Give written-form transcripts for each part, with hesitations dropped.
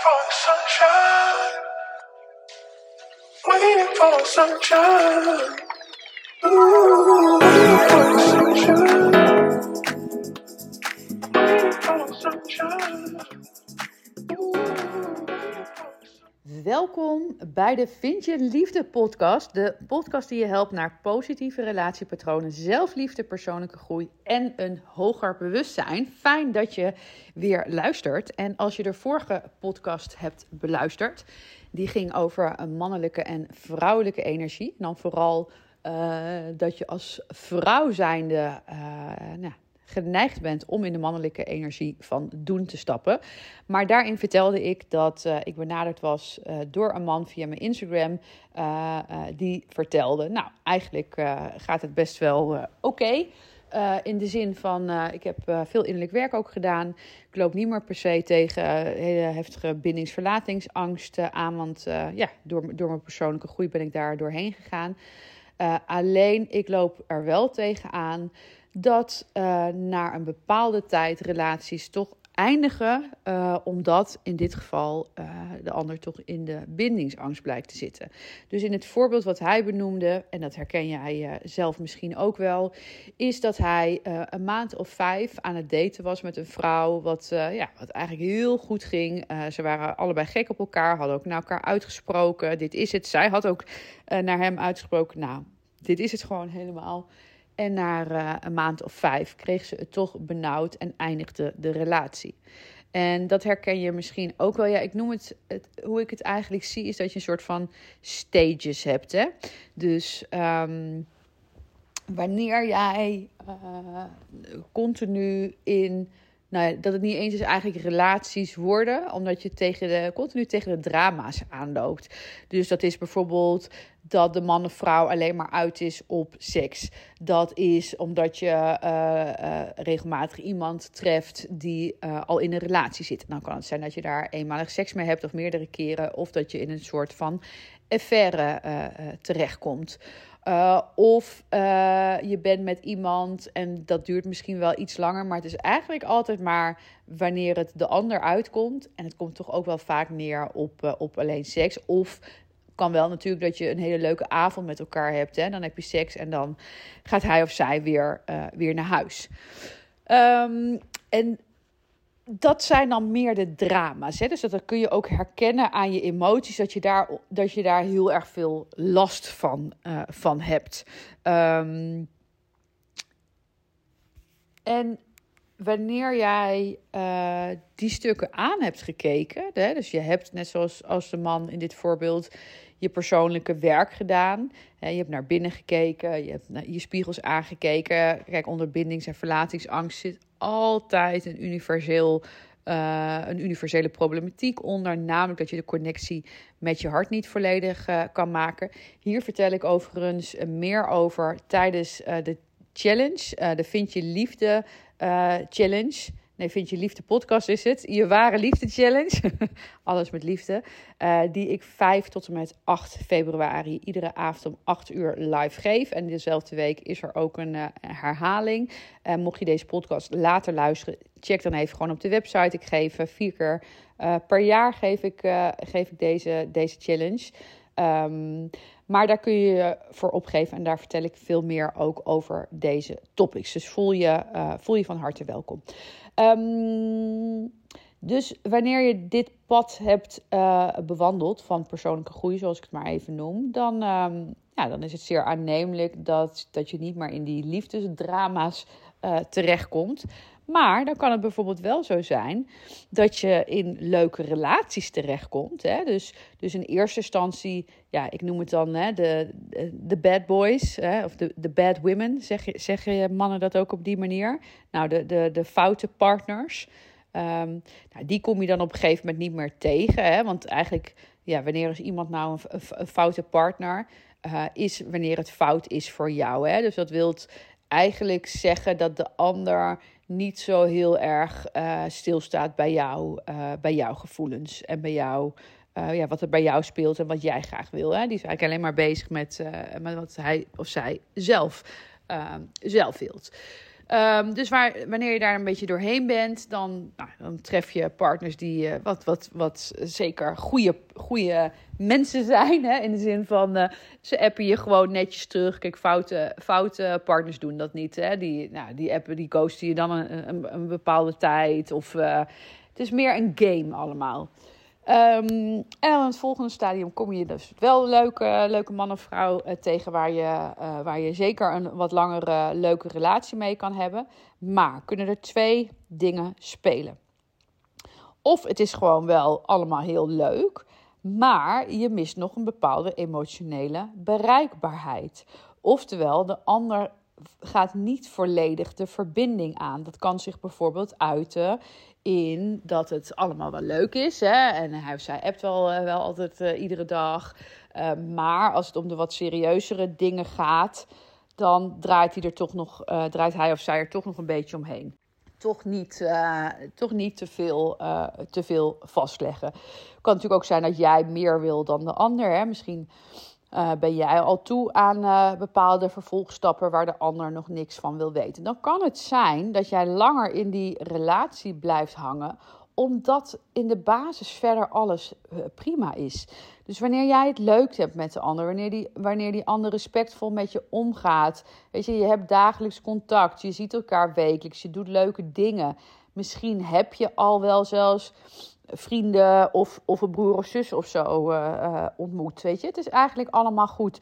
for the sunshine. Waiting for the sunshine. Ooh, waiting for the sunshine. Waiting for the sunshine. Welkom bij de Vind je Liefde podcast. De podcast die je helpt naar positieve relatiepatronen, zelfliefde, persoonlijke groei en een hoger bewustzijn. Fijn dat je weer luistert. En als je de vorige podcast hebt beluisterd, die ging over een mannelijke en vrouwelijke energie. Dan vooral dat je als vrouw zijnde geneigd bent om in de mannelijke energie van doen te stappen. Maar daarin vertelde ik dat ik benaderd was door een man via mijn Instagram. Die vertelde, nou eigenlijk gaat het best wel oké. In de zin van, ik heb veel innerlijk werk ook gedaan. Ik loop niet meer per se tegen hele heftige bindingsverlatingsangst aan. Want door mijn persoonlijke groei ben ik daar doorheen gegaan. Alleen ik loop er wel tegenaan dat na een bepaalde tijd relaties toch eindigen, omdat in dit geval de ander toch in de bindingsangst blijkt te zitten. Dus in het voorbeeld wat hij benoemde, en dat herken jij zelf misschien ook wel, is dat hij een maand of 5 aan het daten was met een vrouw, wat eigenlijk heel goed ging. Ze waren allebei gek op elkaar, hadden ook naar elkaar uitgesproken. Dit is het. Zij had ook naar hem uitgesproken, nou, dit is het gewoon helemaal. En na een maand of 5 kreeg ze het toch benauwd en eindigde de relatie. En dat herken je misschien ook wel. Ja, ik noem het hoe ik het eigenlijk zie, is dat je een soort van stages hebt. Hè? Dus wanneer jij continu in... Nou, dat het niet eens is eigenlijk relaties worden, omdat je continu tegen de drama's aanloopt. Dus dat is bijvoorbeeld dat de man of vrouw alleen maar uit is op seks. Dat is omdat je regelmatig iemand treft die al in een relatie zit. Dan kan het zijn dat je daar eenmalig seks mee hebt of meerdere keren. Of dat je in een soort van affaire terechtkomt. Of je bent met iemand en dat duurt misschien wel iets langer, maar het is eigenlijk altijd maar wanneer het de ander uitkomt. En het komt toch ook wel vaak neer op alleen seks. Of kan wel natuurlijk dat je een hele leuke avond met elkaar hebt. Hè? Dan heb je seks en dan gaat hij of zij weer naar huis. En dat zijn dan meer de drama's. Hè? Dus dat kun je ook herkennen aan je emoties. Dat je daar heel erg veel last van hebt. En wanneer jij die stukken aan hebt gekeken. Hè? Dus je hebt, net zoals als de man in dit voorbeeld, je persoonlijke werk gedaan. Je hebt naar binnen gekeken. Je hebt naar je spiegels aangekeken. Kijk, onder bindings- en verlatingsangst zit altijd een universele problematiek onder. Namelijk dat je de connectie met je hart niet volledig kan maken. Hier vertel ik overigens meer over tijdens de challenge. De Vind je Liefde challenge. Nee, Vind je Liefde podcast is het. Je ware liefde challenge. Alles met liefde. Die ik 5 tot en met 8 februari iedere avond om 8 uur live geef. En dezelfde week is er ook een herhaling. Mocht je deze podcast later luisteren, check dan even gewoon op de website. Ik geef 4 keer per jaar geef ik deze challenge. Maar daar kun je je voor opgeven en daar vertel ik veel meer ook over deze topics. Dus voel je van harte welkom. Dus wanneer je dit pad hebt bewandeld van persoonlijke groei, zoals ik het maar even noem, dan is het zeer aannemelijk dat je niet meer in die liefdesdrama's terechtkomt. Maar dan kan het bijvoorbeeld wel zo zijn dat je in leuke relaties terechtkomt. Hè? Dus in eerste instantie, ja, ik noem het dan de bad boys, hè? Of de bad women. Zeg je mannen dat ook op die manier? Nou, de foute partners. Die kom je dan op een gegeven moment niet meer tegen. Hè? Want eigenlijk, ja, wanneer is iemand nou een foute partner? Is wanneer het fout is voor jou. Hè? Dus dat wil eigenlijk zeggen dat de ander niet zo heel erg stilstaat bij jouw gevoelens en bij jou, wat er bij jou speelt en wat jij graag wil. Hè? Die is eigenlijk alleen maar bezig met wat hij of zij zelf wilt. Dus wanneer je daar een beetje doorheen bent, dan tref je partners die wat zeker goede mensen zijn. Hè? In de zin van, ze appen je gewoon netjes terug. Kijk, foute partners doen dat niet. Hè? Die appen, die ghosten je dan een bepaalde tijd. Of het is meer een game allemaal. En dan in het volgende stadium kom je dus wel leuke man of vrouw tegen waar je zeker een wat langere leuke relatie mee kan hebben. Maar kunnen er 2 dingen spelen. Of het is gewoon wel allemaal heel leuk, maar je mist nog een bepaalde emotionele bereikbaarheid. Oftewel, de ander gaat niet volledig de verbinding aan. Dat kan zich bijvoorbeeld uiten in dat het allemaal wel leuk is. Hè? En hij of zij appt wel altijd iedere dag. Maar als het om de wat serieuzere dingen gaat, dan draait hij of zij er toch nog een beetje omheen. Toch niet te veel vastleggen. Het kan natuurlijk ook zijn dat jij meer wil dan de ander. Hè? Misschien ben jij al toe aan bepaalde vervolgstappen waar de ander nog niks van wil weten. Dan kan het zijn dat jij langer in die relatie blijft hangen, omdat in de basis verder alles prima is. Dus wanneer jij het leuk hebt met de ander, wanneer die ander respectvol met je omgaat, weet je hebt dagelijks contact, je ziet elkaar wekelijks, je doet leuke dingen. Misschien heb je al wel zelfs vrienden of een broer of zus of zo ontmoet, weet je. Het is eigenlijk allemaal goed.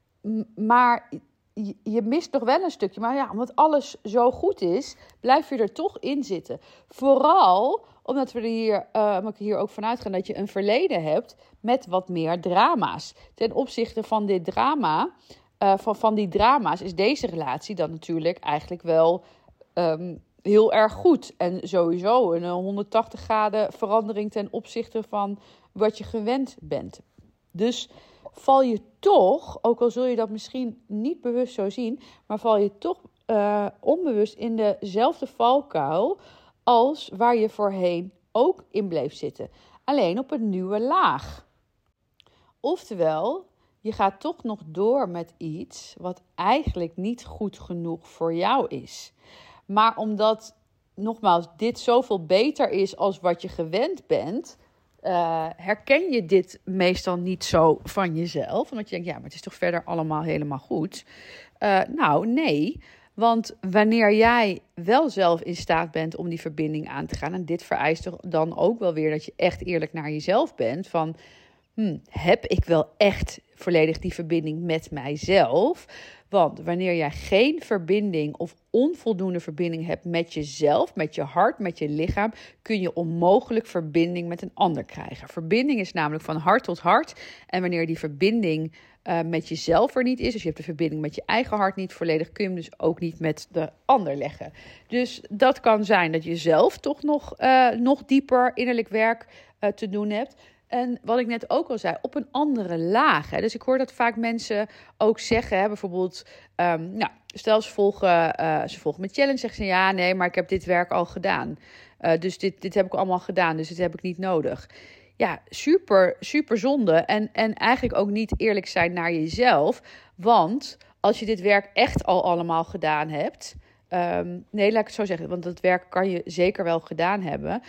Maar je mist nog wel een stukje. Maar ja, omdat alles zo goed is, blijf je er toch in zitten. Vooral omdat we hier ook vanuit gaan dat je een verleden hebt met wat meer drama's. Ten opzichte van dit drama, van die drama's, is deze relatie dan natuurlijk eigenlijk wel heel erg goed. En sowieso een 180 graden verandering ten opzichte van wat je gewend bent. Dus val je toch, ook al zul je dat misschien niet bewust zo zien, maar val je toch onbewust in dezelfde valkuil als waar je voorheen ook in bleef zitten. Alleen op een nieuwe laag. Oftewel, je gaat toch nog door met iets wat eigenlijk niet goed genoeg voor jou is. Maar omdat, nogmaals, dit zoveel beter is als wat je gewend bent, herken je dit meestal niet zo van jezelf. Omdat je denkt, ja, maar het is toch verder allemaal helemaal goed. Nou, nee. Want wanneer jij wel zelf in staat bent om die verbinding aan te gaan, en dit vereist toch dan ook wel weer dat je echt eerlijk naar jezelf bent, van heb ik wel echt volledig die verbinding met mijzelf? Want wanneer jij geen verbinding of onvoldoende verbinding hebt met jezelf, met je hart, met je lichaam, kun je onmogelijk verbinding met een ander krijgen. Verbinding is namelijk van hart tot hart. En wanneer die verbinding met jezelf er niet is, dus je hebt de verbinding met je eigen hart niet volledig, kun je hem dus ook niet met de ander leggen. Dus dat kan zijn dat je zelf toch nog dieper innerlijk werk te doen hebt. En wat ik net ook al zei, op een andere laag. Hè. Dus ik hoor dat vaak mensen ook zeggen, hè, bijvoorbeeld, stel ze volgen mijn challenge, zeggen ze, ja, nee, maar ik heb dit werk al gedaan. Dus dit heb ik allemaal gedaan, dus dit heb ik niet nodig. Ja, super, super zonde. En eigenlijk ook niet eerlijk zijn naar jezelf. Want als je dit werk echt al allemaal gedaan hebt, nee, laat ik het zo zeggen, want dat werk kan je zeker wel gedaan hebben.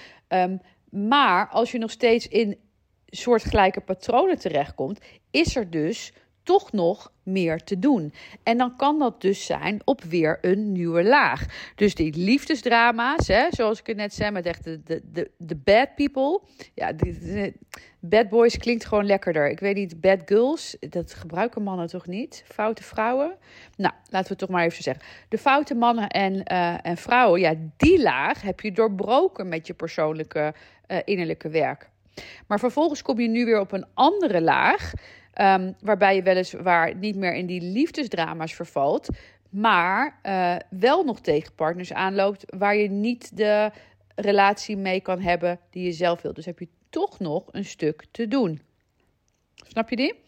Maar als je nog steeds in soortgelijke patronen terechtkomt, is er dus toch nog meer te doen. En dan kan dat dus zijn op weer een nieuwe laag. Dus die liefdesdrama's, hè, zoals ik het net zei, met echt de bad people. Ja, de bad boys klinkt gewoon lekkerder. Ik weet niet, bad girls, dat gebruiken mannen toch niet? Foute vrouwen? Nou, laten we het toch maar even zeggen. De foute mannen en vrouwen, ja, die laag heb je doorbroken met je persoonlijke innerlijke werk. Maar vervolgens kom je nu weer op een andere laag, waarbij je weliswaar niet meer in die liefdesdrama's vervalt, maar wel nog tegen partners aanloopt waar je niet de relatie mee kan hebben die je zelf wilt. Dus heb je toch nog een stuk te doen. Snap je die?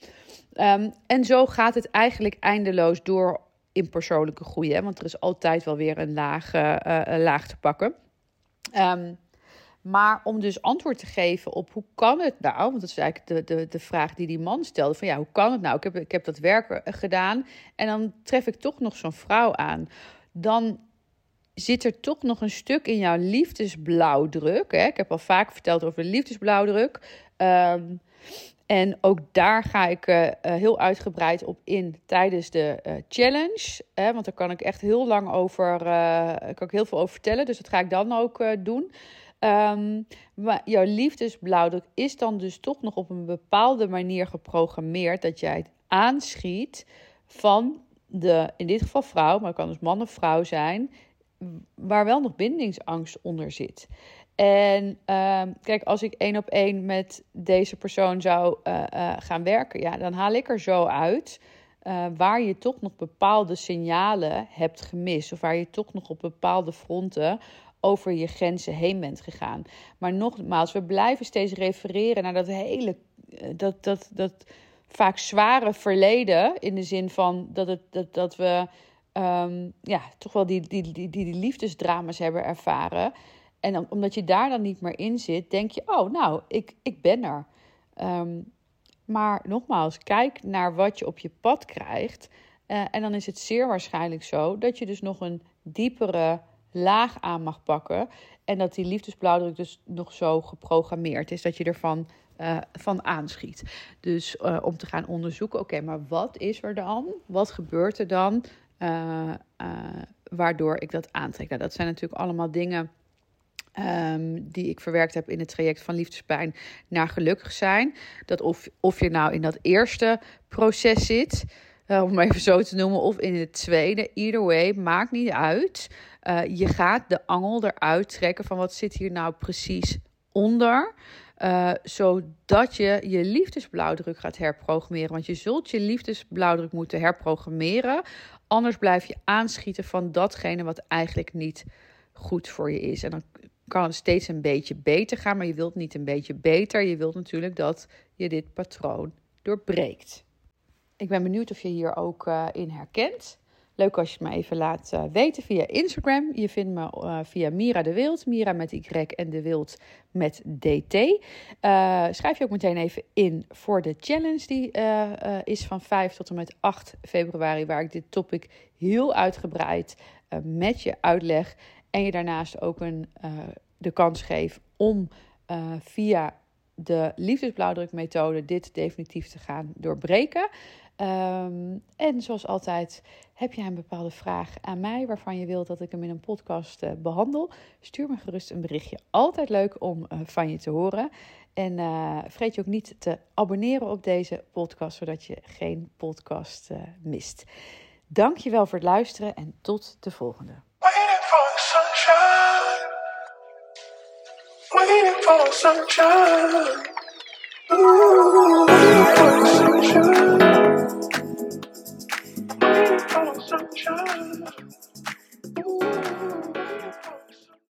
En zo gaat het eigenlijk eindeloos door in persoonlijke groei, hè? Want er is altijd wel weer een laag te pakken. Maar om dus antwoord te geven op hoe kan het nou, want dat is eigenlijk de vraag die man stelde, van ja, hoe kan het nou? Ik heb dat werk gedaan en dan tref ik toch nog zo'n vrouw aan. Dan zit er toch nog een stuk in jouw liefdesblauwdruk. Hè? Ik heb al vaak verteld over de liefdesblauwdruk. En ook daar ga ik heel uitgebreid op in tijdens de challenge. Want daar kan ik echt heel lang over, kan ik heel veel over vertellen. Dus dat ga ik dan ook doen. Maar jouw liefdesblauwdruk is dan dus toch nog op een bepaalde manier geprogrammeerd dat jij het aanschiet van de, in dit geval vrouw, maar het kan dus man of vrouw zijn, waar wel nog bindingsangst onder zit. En kijk, als ik 1-op-1 met deze persoon zou gaan werken, ja, dan haal ik er zo uit waar je toch nog bepaalde signalen hebt gemist. Of waar je toch nog op bepaalde fronten over je grenzen heen bent gegaan. Maar nogmaals, we blijven steeds refereren naar dat hele, dat vaak zware verleden. In de zin van dat we toch wel die liefdesdrama's hebben ervaren. En omdat je daar dan niet meer in zit, denk je, oh, nou, ik ben er. Maar nogmaals, kijk naar wat je op je pad krijgt. En dan is het zeer waarschijnlijk zo dat je dus nog een diepere laag aan mag pakken. En dat die liefdesblauwdruk dus nog zo geprogrammeerd is dat je ervan van aanschiet. Dus om te gaan onderzoeken, oké, maar wat is er dan? Wat gebeurt er dan waardoor ik dat aantrek? Nou, dat zijn natuurlijk allemaal dingen die ik verwerkt heb in het traject van liefdespijn naar gelukkig zijn. Dat of je nou in dat eerste proces zit, om maar even zo te noemen, of in het tweede. Either way, maakt niet uit. Je gaat de angel eruit trekken van wat zit hier nou precies onder. Zodat je je liefdesblauwdruk gaat herprogrammeren. Want je zult je liefdesblauwdruk moeten herprogrammeren. Anders blijf je aanschieten van datgene wat eigenlijk niet goed voor je is. En dan kan het steeds een beetje beter gaan. Maar je wilt niet een beetje beter. Je wilt natuurlijk dat je dit patroon doorbreekt. Ik ben benieuwd of je hier ook in herkent. Leuk als je het me even laat weten via Instagram. Je vindt me via Mira de Wild. Mira met Y en de Wild met DT. Schrijf je ook meteen even in voor de challenge. Die is van 5 tot en met 8 februari. Waar ik dit topic heel uitgebreid met je uitleg. En je daarnaast ook de kans geef om via de liefdesblauwdrukmethode dit definitief te gaan doorbreken. En zoals altijd, heb jij een bepaalde vraag aan mij waarvan je wilt dat ik hem in een podcast behandel? Stuur me gerust een berichtje. Altijd leuk om van je te horen. En vergeet je ook niet te abonneren op deze podcast, zodat je geen podcast mist. Dank je wel voor het luisteren en tot de volgende. Waiting for sunshine.